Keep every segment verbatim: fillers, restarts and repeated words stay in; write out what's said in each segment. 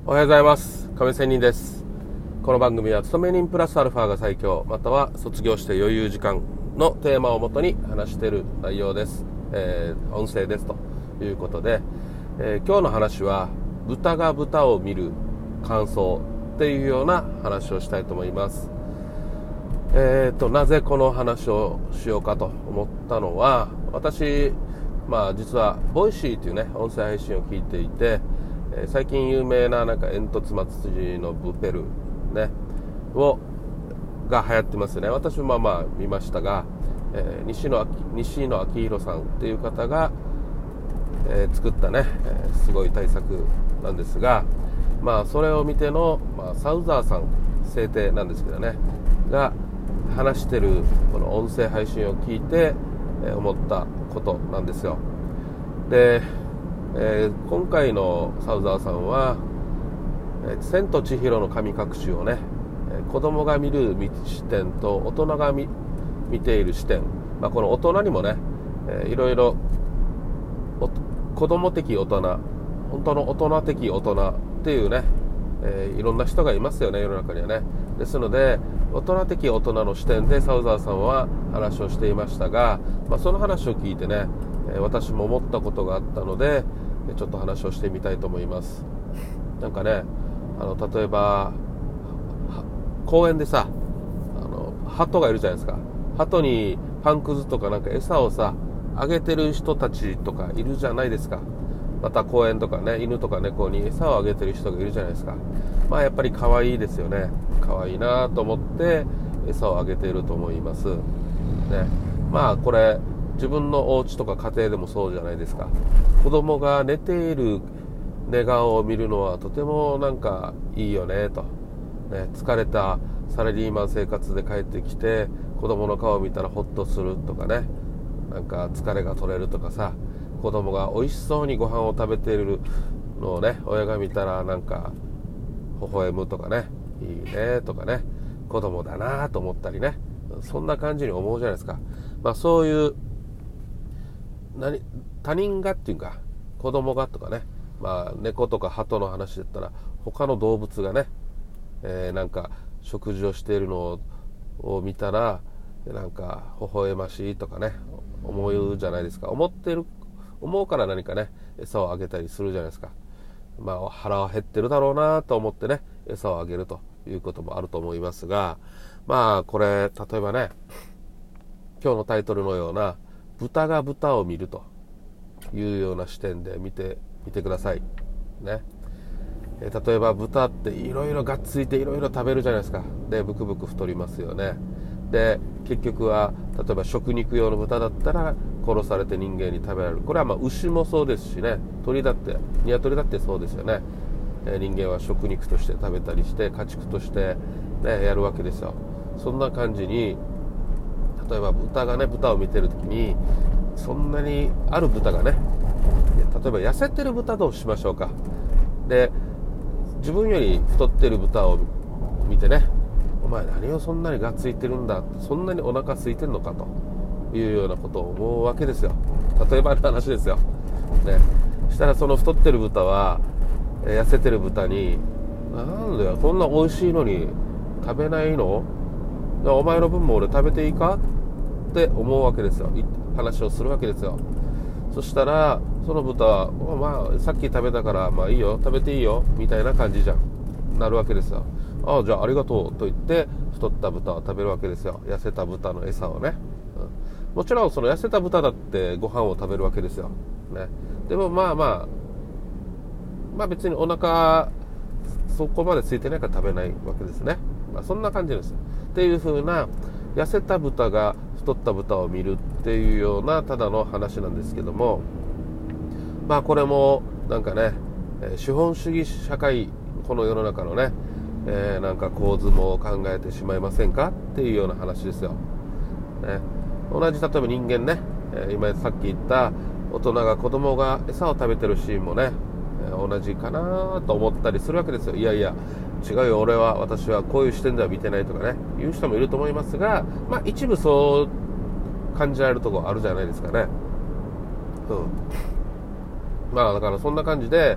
おはようございます。亀仙人です。この番組は勤め人プラスアルファが最強、または卒業して余裕時間のテーマをもとに話している内容です、えー、音声ですということで、えー、今日の話は豚が豚を見る感想っていうような話をしたいと思います。えーとなぜこの話をしようかと思ったのは、私まあ実はボイシーというね音声配信を聞いていて、最近有名ななんか煙突祭りのブペルねをが流行ってますね。私もまあまあ見ましたが、えー、西野西野昭弘さんっていう方が、えー、作ったね、えー、すごい大作なんですが、まあそれを見ての、まあ、サウザーさん制定なんですけどねが話してるこの音声配信を聞いて、えー、思ったことなんですよ。でえー、今回のサウザーさんは、えー、千と千尋の神隠しをね、えー、子供が見る視点と大人が 見, 見ている視点、まあ、この大人にもね、えー、いろいろ子供的大人、本当の大人的大人っていうね、えー、いろんな人がいますよね、世の中にはね。ですので大人的大人の視点でサウザーさんは話をしていましたが、まあ、その話を聞いてね、私も思ったことがあったのでちょっと話をしてみたいと思います。なんかね、あの例えば公園でさ、あの鳩がいるじゃないですか。鳩にパンくずとかなんか餌をさあげてる人たちとかいるじゃないですか。また公園とかね、犬とか猫に餌をあげてる人がいるじゃないですか。まあやっぱり可愛いですよね。可愛いなと思って餌をあげていると思いますね。まあこれ自分のお家とか家庭でもそうじゃないですか。子供が寝ている寝顔を見るのはとてもなんかいいよねと、ね、疲れたサラリーマン生活で帰ってきて子供の顔を見たらホッとするとかね、なんか疲れが取れるとかさ、子供が美味しそうにご飯を食べているのをね親が見たらなんか微笑むとかね、いいねとかね、子供だなと思ったりね、そんな感じに思うじゃないですか。まあそういう何他人がっていうか子供がとかね、まあ猫とか鳩の話だったら他の動物がね、えー、なんか食事をしているのを見たらなんか微笑ましいとかね思うじゃないですか。思ってる思うから何かね餌をあげたりするじゃないですか。まあ腹は減ってるだろうなと思ってね餌をあげるということもあると思いますが、まあこれ例えばね今日のタイトルのような豚が豚を見るというような視点で見てみてくださいね。えー、例えば豚っていろいろがっついていろいろ食べるじゃないですか。でブクブク太りますよね。で結局は例えば食肉用の豚だったら殺されて人間に食べられる。これはまあ牛もそうですしね、鳥だって鶏だってそうですよね。えー、人間は食肉として食べたりして家畜として、ね、やるわけですよ。そんな感じに例えば豚がね豚を見てるときにそんなにある豚がね、例えば痩せてる豚としましょうか。で自分より太ってる豚を見てね、お前何をそんなにがっついてるんだ、そんなにお腹空いてるのかというようなことを思うわけですよ。例えばの話ですよ、ね、したらその太ってる豚は痩せてる豚になんだよこんな美味しいのに食べないの、お前の分も俺食べていいかって思うわけですよ。話をするわけですよ。そしたらその豚は、まあ、さっき食べたからまあいいよ食べていいよみたいな感じじゃんなるわけですよ。ああじゃあありがとうと言って太った豚は食べるわけですよ。痩せた豚の餌をね、うん、もちろんその痩せた豚だってご飯を食べるわけですよ、ね、でもまあまあまあ別にお腹そこまで空いてないから食べないわけですね。まあ、そんな感じですっていう風な痩せた豚が太った豚を見るっていうようなただの話なんですけども、まあこれもなんかね資本主義社会この世の中のね、えー、なんか構図も考えてしまいませんかっていうような話ですよ、ね、同じ例えば人間ね、今さっき言った大人が子供が餌を食べてるシーンもね同じかなと思ったりするわけですよ。いやいや違うよ俺は私はこういう視点では見てないとかね言う人もいると思いますが、まあ一部そう感じられるところあるじゃないですかね。うん、まあだからそんな感じで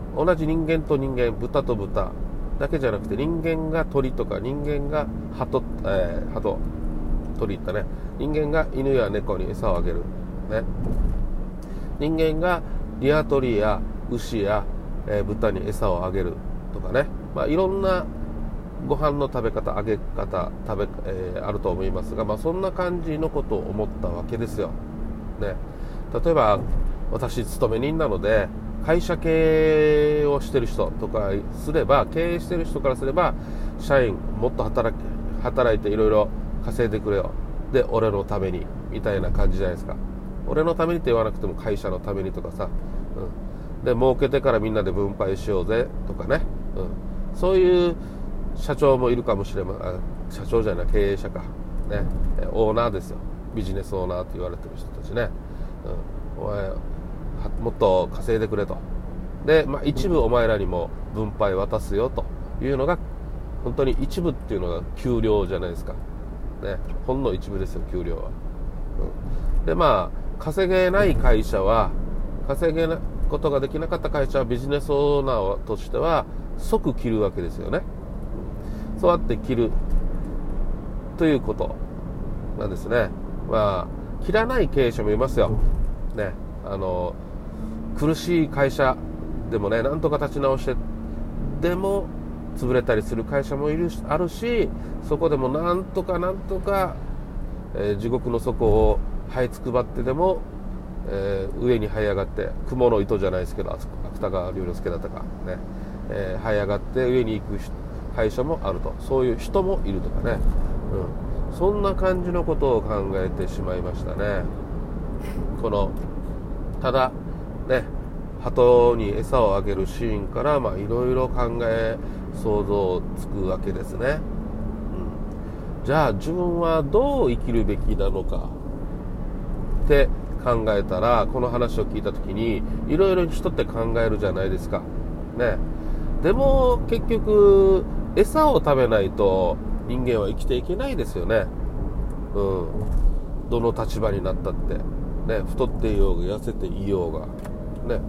同じ人間と人間、豚と豚だけじゃなくて、人間が鳥とか人間が鳩、えー、鳩鳥言ったね、人間が犬や猫に餌をあげる、ね、人間がリアトリや牛や、えー、豚に餌をあげるとかね、まあ、いろんなご飯の食べ方、あげ方、食べ、えー、あると思いますが、まあ、そんな感じのことを思ったわけですよ、ね、例えば私勤め人なので、会社経営をしてる人とかすれば、経営してる人からすれば、社員もっと働き働いていろいろ稼いでくれよ、で俺のためにみたいな感じじゃないですか。俺のためにって言わなくても会社のためにとかさ、うん、で儲けてからみんなで分配しようぜとかね、うん、そういう社長もいるかもしれません。社長じゃない、経営者か、ね、オーナーですよ。ビジネスオーナーと言われてる人たちね、うん、お前もっと稼いでくれと。で、まあ、一部お前らにも分配渡すよというのが、本当に一部っていうのが給料じゃないですか、ね、ほんの一部ですよ、給料は、うん、でまあ稼げない会社は、稼げることができなかった会社は、ビジネスオーナーとしては即切るわけですよね、うん、そうやって切るということなんですね。まあ切らない経営者もいますよ、ね、あの苦しい会社でもね、なんとか立ち直してでも潰れたりする会社もいるあるし、そこでもなんとかなんとか、えー、地獄の底を這いつくばってでも、えー、上に這い上がって、雲の糸じゃないですけど、芥川龍之介だったかね、えー、這い上がって上に行く会社もあると、そういう人もいるとかね、うん、そんな感じのことを考えてしまいましたね。このただね、鳩に餌をあげるシーンからいろいろ考え想像つくわけですね、うん、じゃあ自分はどう生きるべきなのかって考えたら、この話を聞いた時にいろいろ人って考えるじゃないですか、ね、でも結局餌を食べないと人間は生きていけないですよね、うん、どの立場になったって、ね、太っていようが痩せていようがね、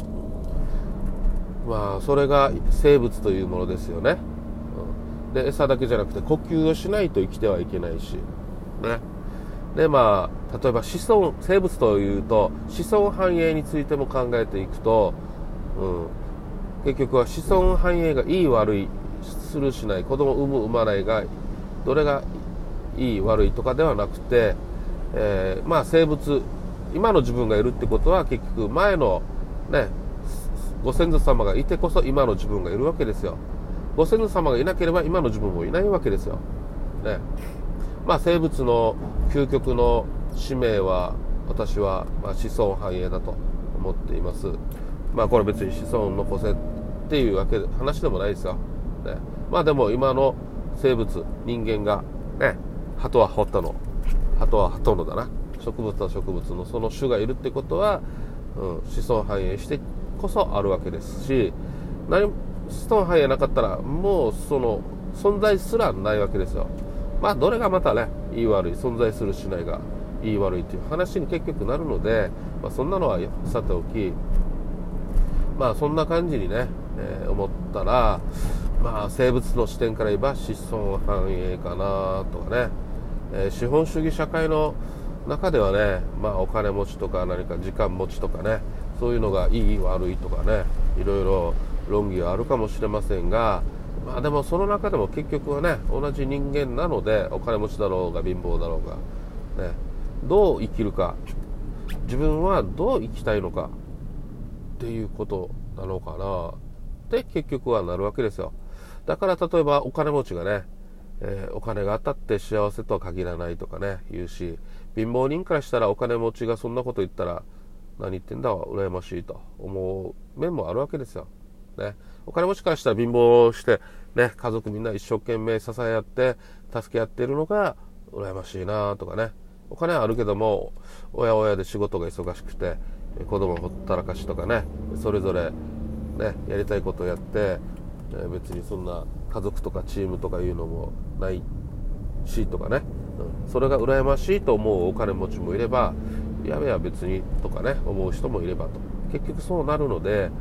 まあそれが生物というものですよね、うん、で餌だけじゃなくて呼吸をしないと生きてはいけないし、ね、でまあ例えば子孫、生物というと子孫繁栄についても考えていくと、うん、結局は子孫繁栄がいい悪い、するしない、子供を産む産まないがどれがいい悪いとかではなくて、えー、まあ生物、今の自分がいるってことは結局前のねご先祖様がいてこそ今の自分がいるわけですよ。ご先祖様がいなければ今の自分もいないわけですよ、ね、まあ生物の究極の使命は、私はまあ子孫繁栄だと思っています。まあこれ別に子孫を残せっていうわけで話でもないですよ、ね、まあでも今の生物、人間がね、鳩は鳩の鳩は鳩のだな、植物は植物のその種がいるってことは、うん、子孫繁栄してこそあるわけですし、何子孫繁栄なかったらもうその存在すらないわけですよ。まあどれがまたね、いい悪い、存在するしないがいい悪いっていう話に結局なるので、まあ、そんなのはさておき、まあそんな感じにね、えー、思ったら、まあ生物の視点から言えば子孫繁栄かなとかね、えー、資本主義社会の中ではね、まあお金持ちとか何か時間持ちとかね、そういうのがいい悪いとかね、いろいろ論議はあるかもしれませんが、まあでもその中でも結局はね、同じ人間なので、お金持ちだろうが貧乏だろうがね、どう生きるか、自分はどう生きたいのかっていうことなのかなって結局はなるわけですよ。だから例えばお金持ちがね、えー、お金があったって幸せとは限らないとかね言うし、貧乏人からしたらお金持ちがそんなこと言ったら何言ってんだわ羨ましいと思う面もあるわけですよ、ね、お金持ちからしたら貧乏して、ね、家族みんな一生懸命支え合って助け合っているのが羨ましいなとかね、お金はあるけども親親で仕事が忙しくて子供ほったらかしとかね、それぞれ、ね、やりたいことをやって、え別にそんな家族とかチームとかいうのもないしとかね、うん、それが羨ましいと思うお金持ちもいれば、いやいや別にとかね思う人もいればと、結局そうなるので、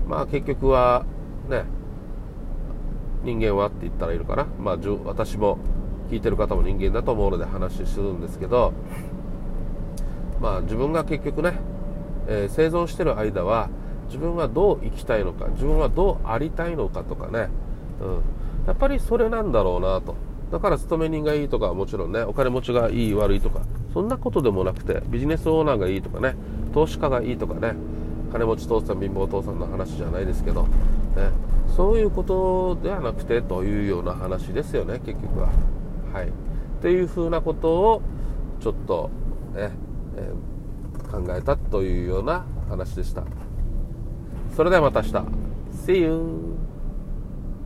まあ結局はね、人間はって言ったらいいのかな、まあ私も聞いてる方も人間だと思うので話するんですけど、まあ自分が結局ね、えー、生存してる間は自分はどう生きたいのか、自分はどうありたいのかとかね、うん、やっぱりそれなんだろうなと。だから勤め人がいいとかはもちろんね、お金持ちがいい悪いとかそんなことでもなくて、ビジネスオーナーがいいとかね、投資家がいいとかね、金持ち父さん貧乏父さんの話じゃないですけど、ね、そういうことではなくてというような話ですよね、結局は。はい、っていうふうなことをちょっとね、えー、考えたというような話でした。それではまた明日。See you!